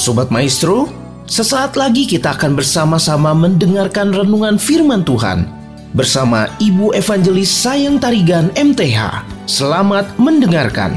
Sobat Maestro, sesaat lagi kita akan bersama-sama mendengarkan renungan firman Tuhan bersama Ibu Evangelis Sayang Tarigan MTH. Selamat mendengarkan.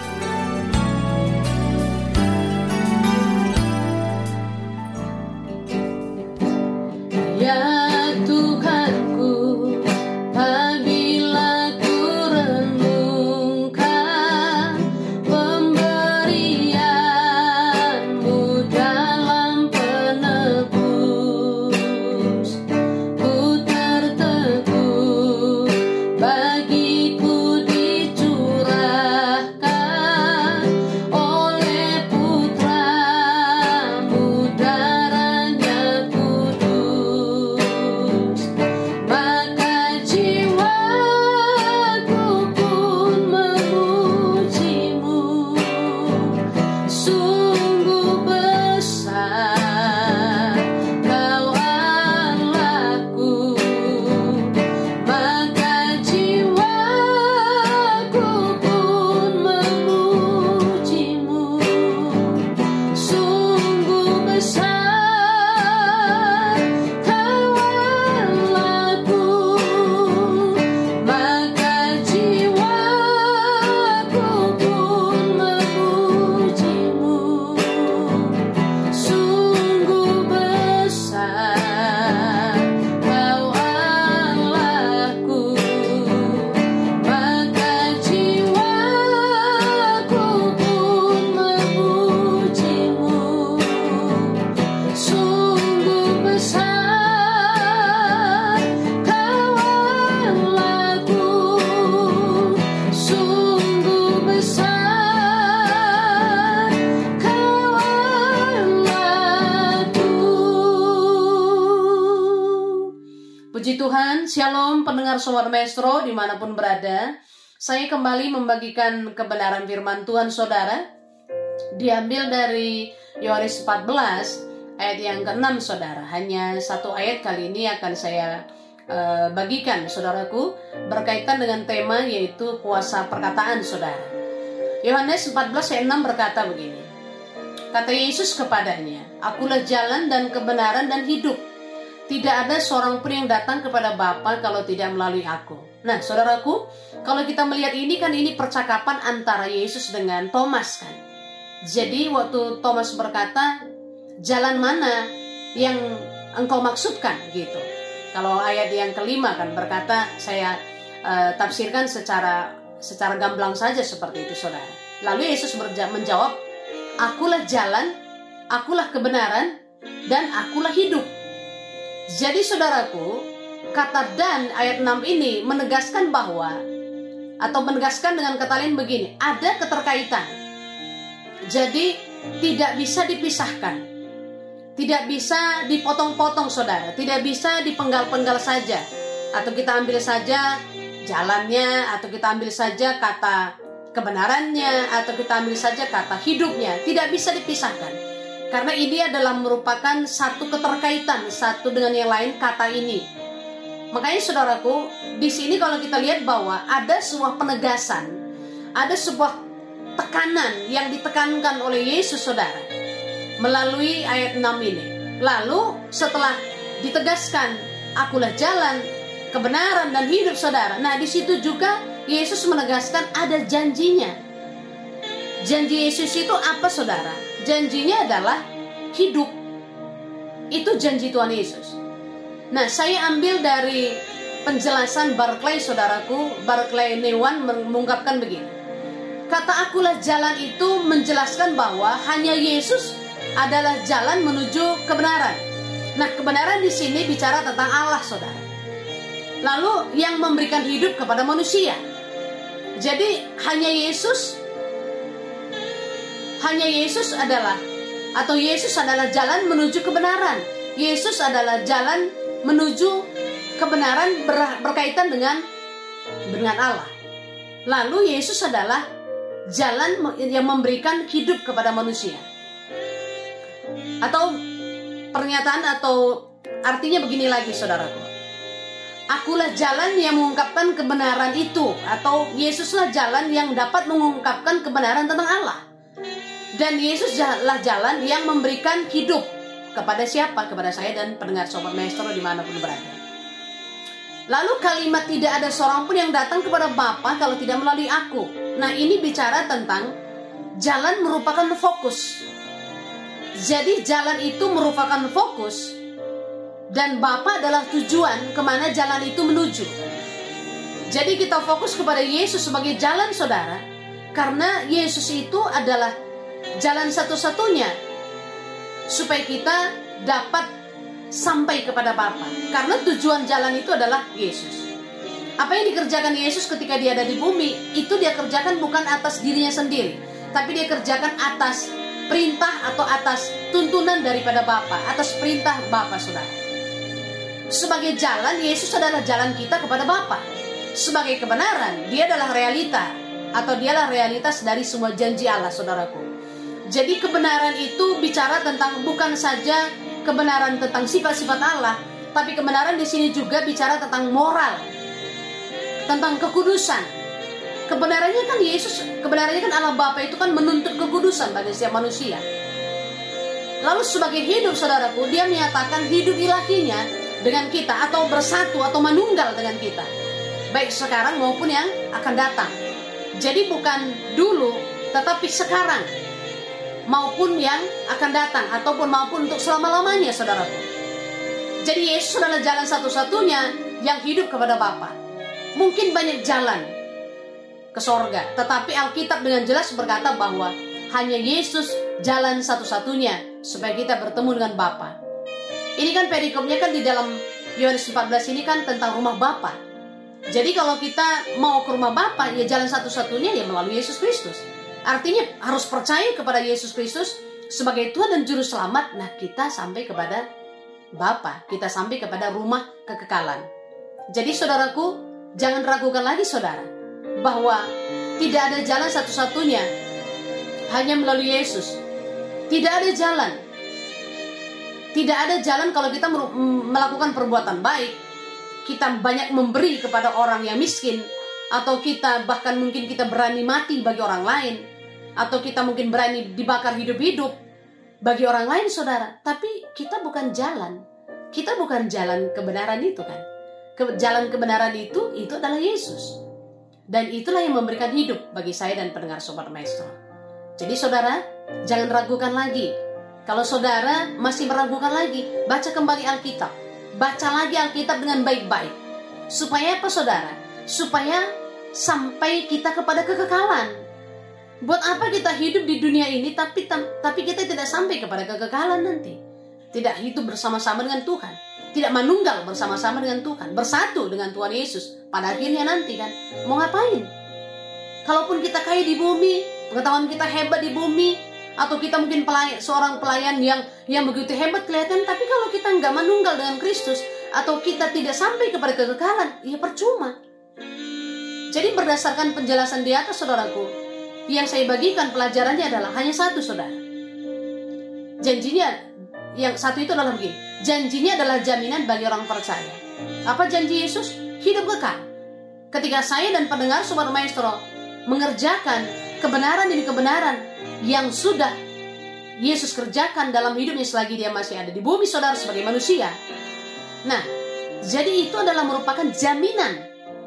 Puji Tuhan, Shalom pendengar Sobat Maestro dimanapun berada. Saya kembali membagikan kebenaran firman Tuhan saudara. Diambil dari Yohanes 14 ayat yang ke-6 saudara. Hanya satu ayat kali ini akan saya bagikan saudaraku, berkaitan dengan tema yaitu kuasa perkataan saudara. Yohanes 14 ayat 6 berkata begini. Kata Yesus kepadanya, "Akulah jalan dan kebenaran dan hidup. Tidak ada seorang pun yang datang kepada Bapa kalau tidak melalui aku." Nah, saudaraku, kalau kita melihat ini kan ini percakapan antara Yesus dengan Thomas kan. Jadi waktu Thomas berkata, "Jalan mana yang engkau maksudkan?" gitu. Kalau ayat yang kelima kan berkata, saya tafsirkan secara gamblang saja seperti itu saudara. Lalu Yesus menjawab, "Akulah jalan, akulah kebenaran, dan akulah hidup." Jadi saudaraku, kata "dan" ayat 6 ini menegaskan bahwa, atau menegaskan dengan kata lain begini, ada keterkaitan. Jadi tidak bisa dipisahkan, tidak bisa dipotong-potong saudara, tidak bisa dipenggal-penggal saja. Atau kita ambil saja jalannya, atau kita ambil saja kata kebenarannya, atau kita ambil saja kata hidupnya. Tidak bisa dipisahkan. Karena ini adalah merupakan satu keterkaitan satu dengan yang lain kata ini. Makanya saudaraku, di sini kalau kita lihat bahwa ada sebuah penegasan, ada sebuah tekanan yang ditekankan oleh Yesus saudara melalui ayat 6 ini. Lalu setelah ditegaskan, "Akulah jalan, kebenaran dan hidup" saudara. Nah, di situ juga Yesus menegaskan ada janjinya. Janji Yesus itu apa saudara? Janjinya adalah hidup. Itu janji Tuhan Yesus. Nah, saya ambil dari penjelasan Barclay saudaraku. Barclay Newan mengungkapkan begini. Kata "akulah jalan" itu menjelaskan bahwa hanya Yesus adalah jalan menuju kebenaran. Nah, kebenaran di sini bicara tentang Allah saudara. Lalu yang memberikan hidup kepada manusia. Jadi hanya Yesus adalah, atau Yesus adalah jalan menuju kebenaran. Yesus adalah jalan menuju kebenaran berkaitan dengan Allah. Lalu Yesus adalah jalan yang memberikan hidup kepada manusia. Atau pernyataan atau artinya begini lagi saudaraku. Akulah jalan yang mengungkapkan kebenaran itu, atau Yesuslah jalan yang dapat mengungkapkan kebenaran tentang Allah. Dan Yesus adalah jalan yang memberikan hidup. Kepada siapa? Kepada saya dan pendengar Sobat Maestro dimanapun berada. Lalu kalimat tidak ada seorang pun yang datang kepada Bapa kalau tidak melalui aku. Nah, ini bicara tentang jalan merupakan fokus. Jadi jalan itu merupakan fokus, dan Bapa adalah tujuan kemana jalan itu menuju. Jadi kita fokus kepada Yesus sebagai jalan, saudara, karena Yesus itu adalah jalan satu-satunya supaya kita dapat sampai kepada Bapa. Karena tujuan jalan itu adalah Yesus. Apa yang dikerjakan Yesus ketika dia ada di bumi, itu dia kerjakan bukan atas dirinya sendiri, tapi dia kerjakan atas perintah atau atas tuntunan daripada Bapa, atas perintah Bapa, saudara. Sebagai jalan, Yesus adalah jalan kita kepada Bapa. Sebagai kebenaran, dia adalah realita, atau dialah realitas dari semua janji Allah, saudaraku. Jadi kebenaran itu bicara tentang bukan saja kebenaran tentang sifat-sifat Allah, tapi kebenaran di sini juga bicara tentang moral, tentang kekudusan. Kebenarannya kan Yesus, kebenarannya kan Allah Bapa itu kan menuntut kekudusan bagi setiap manusia. Lalu sebagai hidup, saudaraku, dia menyatakan hidup ilahinya dengan kita, atau bersatu atau manunggal dengan kita, baik sekarang maupun yang akan datang. Jadi bukan dulu, tetapi sekarang maupun yang akan datang, ataupun maupun untuk selama-lamanya, saudaraku. Jadi Yesus adalah jalan satu-satunya yang hidup kepada Bapa. Mungkin banyak jalan ke sorga, tetapi Alkitab dengan jelas berkata bahwa hanya Yesus jalan satu-satunya supaya kita bertemu dengan Bapa. Ini kan perikopnya kan di dalam Yohanes 14 ini kan tentang rumah Bapa. Jadi kalau kita mau ke rumah Bapa, ya jalan satu-satunya ya melalui Yesus Kristus. Artinya harus percaya kepada Yesus Kristus sebagai Tuhan dan Juru Selamat. Nah, kita sampai kepada Bapa, kita sampai kepada rumah kekekalan. Jadi saudaraku, jangan ragukan lagi, saudara, bahwa tidak ada jalan satu-satunya, hanya melalui Yesus. Tidak ada jalan. Tidak ada jalan kalau kita melakukan perbuatan baik, kita banyak memberi kepada orang yang miskin, atau kita bahkan mungkin kita berani mati bagi orang lain, atau kita mungkin berani dibakar hidup-hidup bagi orang lain, saudara. Tapi kita bukan jalan. Kita bukan jalan kebenaran itu kan. Jalan kebenaran itu adalah Yesus. Dan itulah yang memberikan hidup bagi saya dan pendengar Sobat Maestro. Jadi saudara, jangan ragukan lagi. Kalau saudara masih meragukan lagi, baca kembali Alkitab. Baca lagi Alkitab dengan baik-baik. Supaya apa, saudara? Supaya sampai kita kepada kekekalan. Buat apa kita hidup di dunia ini tapi kita tidak sampai kepada kekekalan nanti? Tidak hidup bersama-sama dengan Tuhan, tidak manunggal bersama-sama dengan Tuhan, bersatu dengan Tuhan Yesus pada akhirnya nanti kan. Mau ngapain? Kalaupun kita kaya di bumi, pengetahuan kita hebat di bumi, atau kita mungkin seorang pelayan yang begitu hebat kelihatan, tapi kalau kita nggak manunggal dengan Kristus, atau kita tidak sampai kepada kekekalan, ya percuma. Jadi berdasarkan penjelasan di atas, saudaraku, yang saya bagikan pelajarannya adalah hanya satu, saudara. Janjinya yang satu itu adalah begini. Janjinya adalah jaminan bagi orang percaya. Apa janji Yesus? Hidup kekal. Ketika saya dan pendengar Sobat Maestro mengerjakan kebenaran demi kebenaran yang sudah Yesus kerjakan dalam hidupnya selagi dia masih ada di bumi, saudara, sebagai manusia. Nah, jadi itu adalah merupakan jaminan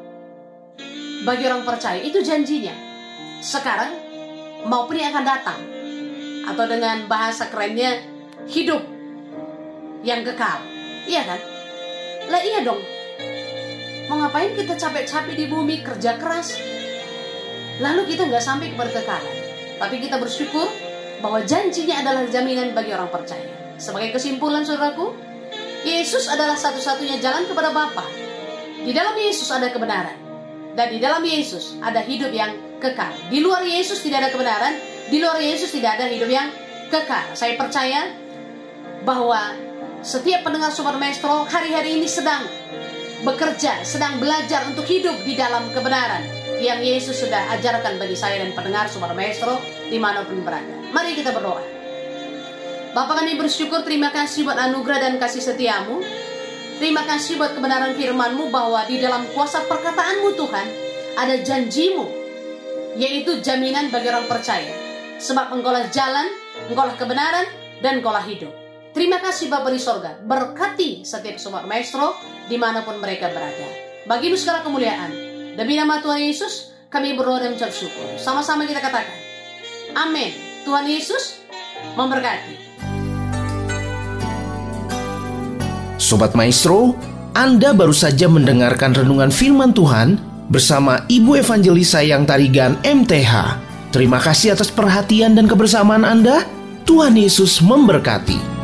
bagi orang percaya. Itu janjinya sekarang maupun yang akan datang, atau dengan bahasa kerennya, hidup yang kekal. Iya kan? Lah iya dong. Mau ngapain kita capek-capek di bumi, kerja keras, lalu kita nggak sampai kepada kekekalan? Tapi kita bersyukur bahwa janjinya adalah jaminan bagi orang percaya. Sebagai kesimpulan, saudaraku, Yesus adalah satu-satunya jalan kepada Bapa. Di dalam Yesus ada kebenaran, dan di dalam Yesus ada hidup yang kekal. Di luar Yesus tidak ada kebenaran, di luar Yesus tidak ada hidup yang kekal. Saya percaya bahwa setiap pendengar Sobat Maestro hari-hari ini sedang bekerja, sedang belajar untuk hidup di dalam kebenaran yang Yesus sudah ajarkan bagi saya dan pendengar Sobat Maestro dimanapun berada. Mari kita berdoa. Bapa, kami bersyukur, terima kasih buat anugerah dan kasih setiamu. Terima kasih buat kebenaran firman-Mu bahwa di dalam kuasa perkataan-Mu, Tuhan, ada janji-Mu, yaitu jaminan bagi orang percaya. sebab Engkaulah jalan, Engkaulah kebenaran, dan Engkaulah hidup. Terima kasih Bapa di sorga, berkati setiap sobat maestro dimanapun mereka berada. Bagimu segala kemuliaan. Demi nama Tuhan Yesus, kami berdoa dan mengucap syukur. Sama-sama kita katakan, amin. Tuhan Yesus memberkati. Sobat Maestro, Anda baru saja mendengarkan renungan firman Tuhan bersama Ibu Evangelis Sayang Tarigan MTH. Terima kasih atas perhatian dan kebersamaan Anda. Tuhan Yesus memberkati.